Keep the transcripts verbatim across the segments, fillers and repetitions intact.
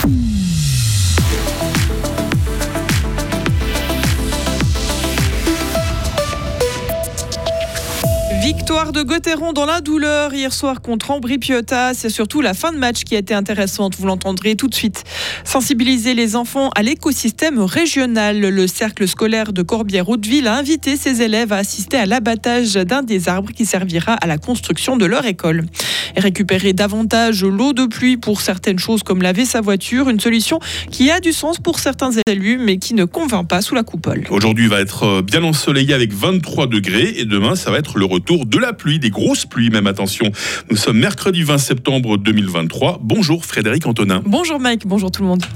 Victoire de Gauthieron dans la douleur hier soir contre Ambri-Piotta. C'est surtout la fin de match qui a été intéressante, vous l'entendrez tout de suite. Sensibiliser les enfants à l'écosystème régional. Le cercle scolaire de Corbière-Hauteville a invité ses élèves à assister à l'abattage d'un des arbres qui servira à la construction de leur école. Et récupérer davantage l'eau de pluie pour certaines choses comme laver sa voiture, une solution qui a du sens pour certains élus mais qui ne convainc pas sous la coupole. Aujourd'hui va être bien ensoleillé avec vingt-trois degrés et demain ça va être le retour de la pluie, des grosses pluies même, attention. Nous sommes mercredi vingt septembre deux mille vingt-trois. Bonjour Frédéric Antonin. Bonjour Mike, bonjour tout le monde.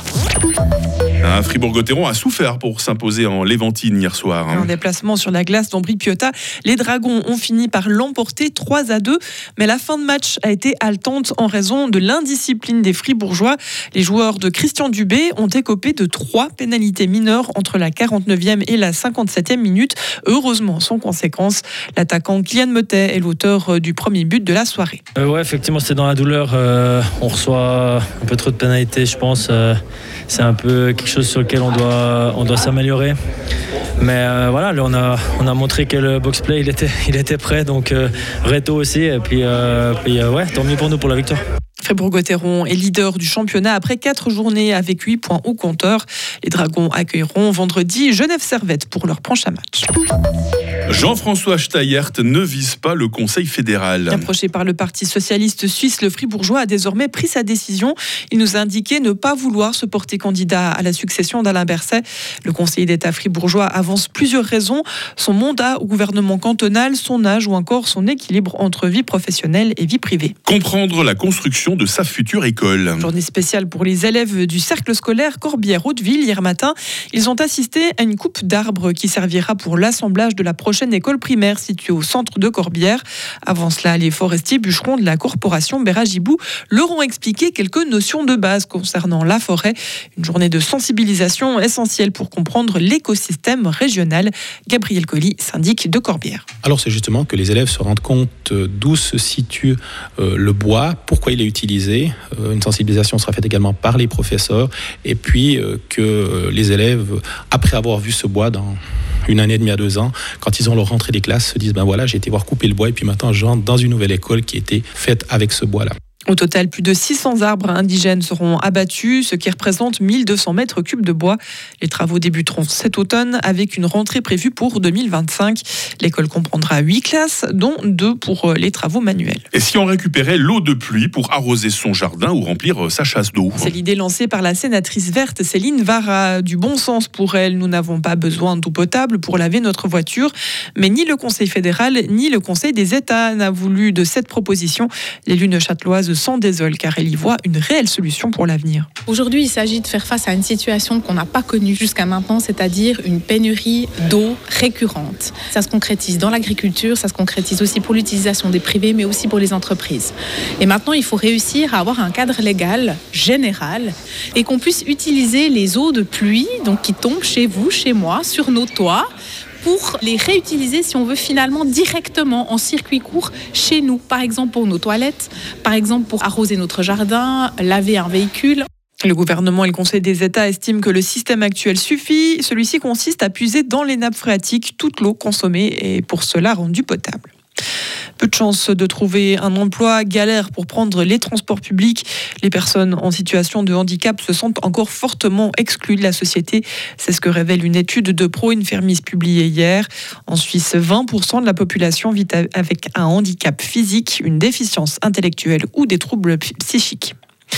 Un Fribourg-Gotteron a souffert pour s'imposer en Léventine hier soir. Hein. En déplacement sur la glace d'Ambri-Piotta, les Dragons ont fini par l'emporter trois à deux. Mais la fin de match a été haletante en raison de l'indiscipline des Fribourgeois. Les joueurs de Christian Dubé ont écopé de trois pénalités mineures entre la quarante-neuvième et la cinquante-septième minute. Heureusement, sans conséquence, l'attaquant Kylian Motet est l'auteur du premier but de la soirée. Euh, ouais, effectivement, c'est dans la douleur. Euh, on reçoit un peu trop de pénalités, je pense. Euh, c'est un peu quelque chose sur lequel on doit, on doit s'améliorer. Mais euh, voilà, là, on a, on a montré que le box-play, il était, il était prêt. Donc, euh, Reto aussi. Et puis, euh, puis euh, ouais, tant mieux pour nous pour la victoire. Fribourg-Gotteron est leader du championnat après quatre journées avec huit points au compteur. Les Dragons accueilleront vendredi Genève-Servette pour leur prochain match. Jean-François Steyert ne vise pas le Conseil fédéral. Approché par le Parti socialiste suisse, le Fribourgeois a désormais pris sa décision. Il nous a indiqué ne pas vouloir se porter candidat à la succession d'Alain Berset. Le conseiller d'État fribourgeois avance plusieurs raisons. Son mandat au gouvernement cantonal, son âge ou encore son équilibre entre vie professionnelle et vie privée. Comprendre la construction de sa future école. Journée spéciale pour les élèves du cercle scolaire Corbière-Hauteville. Hier matin, ils ont assisté à une coupe d'arbres qui servira pour l'assemblage de la prochaine école primaire située au centre de Corbière. Avant cela, les forestiers bûcherons de la corporation Beragibou leur ont expliqué quelques notions de base concernant la forêt. Une journée de sensibilisation essentielle pour comprendre l'écosystème régional. Gabriel Colli, syndic de Corbière. Alors c'est justement que les élèves se rendent compte d'où se situe euh, le bois, pourquoi il est utilisé. Euh, une sensibilisation sera faite également par les professeurs et puis euh, que euh, les élèves, après avoir vu ce bois dans une année et demie à deux ans, quand ils ont leur rentrée des classes, se disent ben voilà, j'ai été voir couper le bois et puis maintenant j'entre dans une nouvelle école qui a été faite avec ce bois-là. Au total, plus de six cents arbres indigènes seront abattus, ce qui représente mille deux cents mètres cubes de bois. Les travaux débuteront cet automne avec une rentrée prévue pour deux mille vingt-cinq. L'école comprendra huit classes, dont deux pour les travaux manuels. Et si on récupérait l'eau de pluie pour arroser son jardin ou remplir sa chasse d'eau ? C'est l'idée lancée par la sénatrice verte Céline Vara. Du bon sens pour elle, nous n'avons pas besoin d'eau potable pour laver notre voiture. Mais ni le Conseil fédéral, ni le Conseil des États n'a voulu de cette proposition. L'élu neuchâteloise s'en désole car elle y voit une réelle solution pour l'avenir. Aujourd'hui, il s'agit de faire face à une situation qu'on n'a pas connue jusqu'à maintenant, c'est-à-dire une pénurie d'eau récurrente. Ça se concrétise dans l'agriculture, ça se concrétise aussi pour l'utilisation des privés, mais aussi pour les entreprises. Et maintenant, il faut réussir à avoir un cadre légal général et qu'on puisse utiliser les eaux de pluie, donc qui tombent chez vous, chez moi, sur nos toits, pour les réutiliser si on veut finalement directement en circuit court chez nous. Par exemple pour nos toilettes, par exemple pour arroser notre jardin, laver un véhicule. Le gouvernement et le Conseil des États estiment que le système actuel suffit. Celui-ci consiste à puiser dans les nappes phréatiques toute l'eau consommée et pour cela rendue potable. Peu de chances de trouver un emploi, galère pour prendre les transports publics. Les personnes en situation de handicap se sentent encore fortement exclues de la société. C'est ce que révèle une étude de Pro Infirmis publiée hier. En Suisse, vingt pour cent de la population vit avec un handicap physique, une déficience intellectuelle ou des troubles psychiques.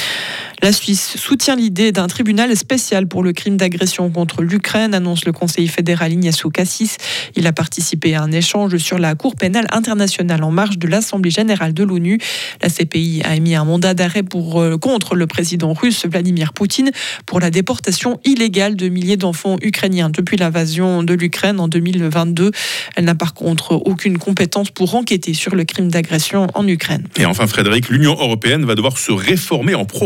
La Suisse soutient l'idée d'un tribunal spécial pour le crime d'agression contre l'Ukraine, annonce le conseiller fédéral Ignacio Cassis. Il a participé à un échange sur la Cour pénale internationale en marge de l'Assemblée générale de l'ONU. La C P I a émis un mandat d'arrêt pour, euh, contre le président russe Vladimir Poutine pour la déportation illégale de milliers d'enfants ukrainiens depuis l'invasion de l'Ukraine en deux mille vingt-deux. Elle n'a par contre aucune compétence pour enquêter sur le crime d'agression en Ukraine. Et enfin Frédéric, l'Union européenne va devoir se réformer en profondeur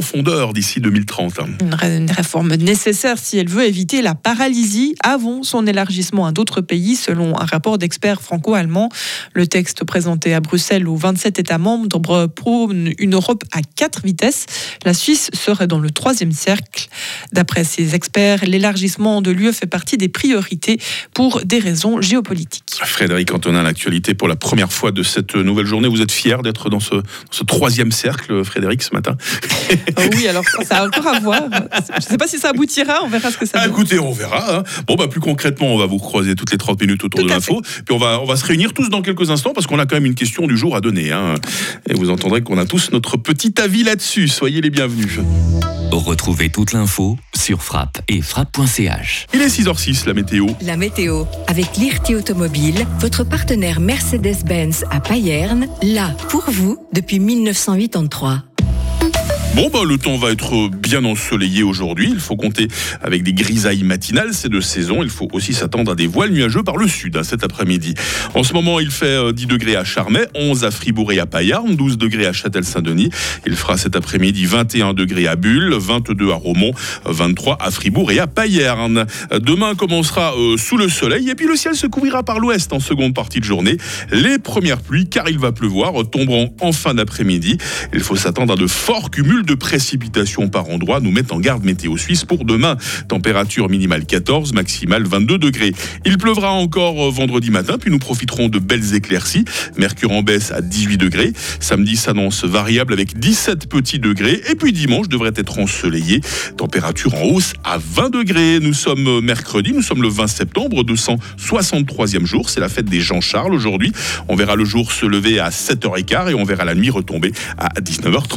heures d'ici deux mille trente. Une, ré- une réforme nécessaire si elle veut éviter la paralysie avant son élargissement à d'autres pays, selon un rapport d'experts franco-allemands. Le texte présenté à Bruxelles aux vingt-sept États membres prône une Europe à quatre vitesses. La Suisse serait dans le troisième cercle. D'après ces experts, l'élargissement de l'U E fait partie des priorités pour des raisons géopolitiques. Frédéric Antonin, l'actualité pour la première fois de cette nouvelle journée. Vous êtes fier d'être dans ce, dans ce troisième cercle, Frédéric, ce matin? Oh oui, alors ça a encore à voir. Je ne sais pas si ça aboutira, on verra ce que ça ah, donne. Écoutez, on verra. Hein. Bon, bah, plus concrètement, on va vous croiser toutes les trente minutes autour Tout de à l'info. Puis on va, on va se réunir tous dans quelques instants parce qu'on a quand même une question du jour à donner. Hein. Et vous entendrez qu'on a tous notre petit avis là-dessus. Soyez les bienvenus. Retrouvez toute l'info sur Frappe et frappe point c h. Il est six heures six, la météo. La météo, avec Lirti Automobile, votre partenaire Mercedes-Benz à Payerne, là pour vous depuis mille neuf cent quatre-vingt-treize. Bon, bah, le temps va être bien ensoleillé aujourd'hui. Il faut compter avec des grisailles matinales. C'est de saison. Il faut aussi s'attendre à des voiles nuageux par le sud hein, cet après-midi. En ce moment, il fait dix degrés à Charmey, onze à Fribourg et à Payarn, douze degrés à Châtel-Saint-Denis. Il fera cet après-midi vingt et un degrés à Bulle, vingt-deux à Romont, vingt-trois à Fribourg et à Payarn. Demain commencera euh, sous le soleil et puis le ciel se couvrira par l'ouest en seconde partie de journée. Les premières pluies, car il va pleuvoir, tomberont en fin d'après-midi. Il faut s'attendre à de forts cumuls de précipitations par endroit, nous mettent en garde Météo Suisse pour demain. Température minimale quatorze, maximale vingt-deux degrés. Il pleuvra encore vendredi matin, puis nous profiterons de belles éclaircies. Mercure en baisse à dix-huit degrés. Samedi s'annonce variable avec dix-sept petits degrés. Et puis dimanche devrait être ensoleillé. Température en hausse à vingt degrés. Nous sommes mercredi, nous sommes le vingt septembre, deux cent soixante-troisième jour. C'est la fête des Jean-Charles aujourd'hui. On verra le jour se lever à sept heures quinze et on verra la nuit retomber à dix-neuf heures trente.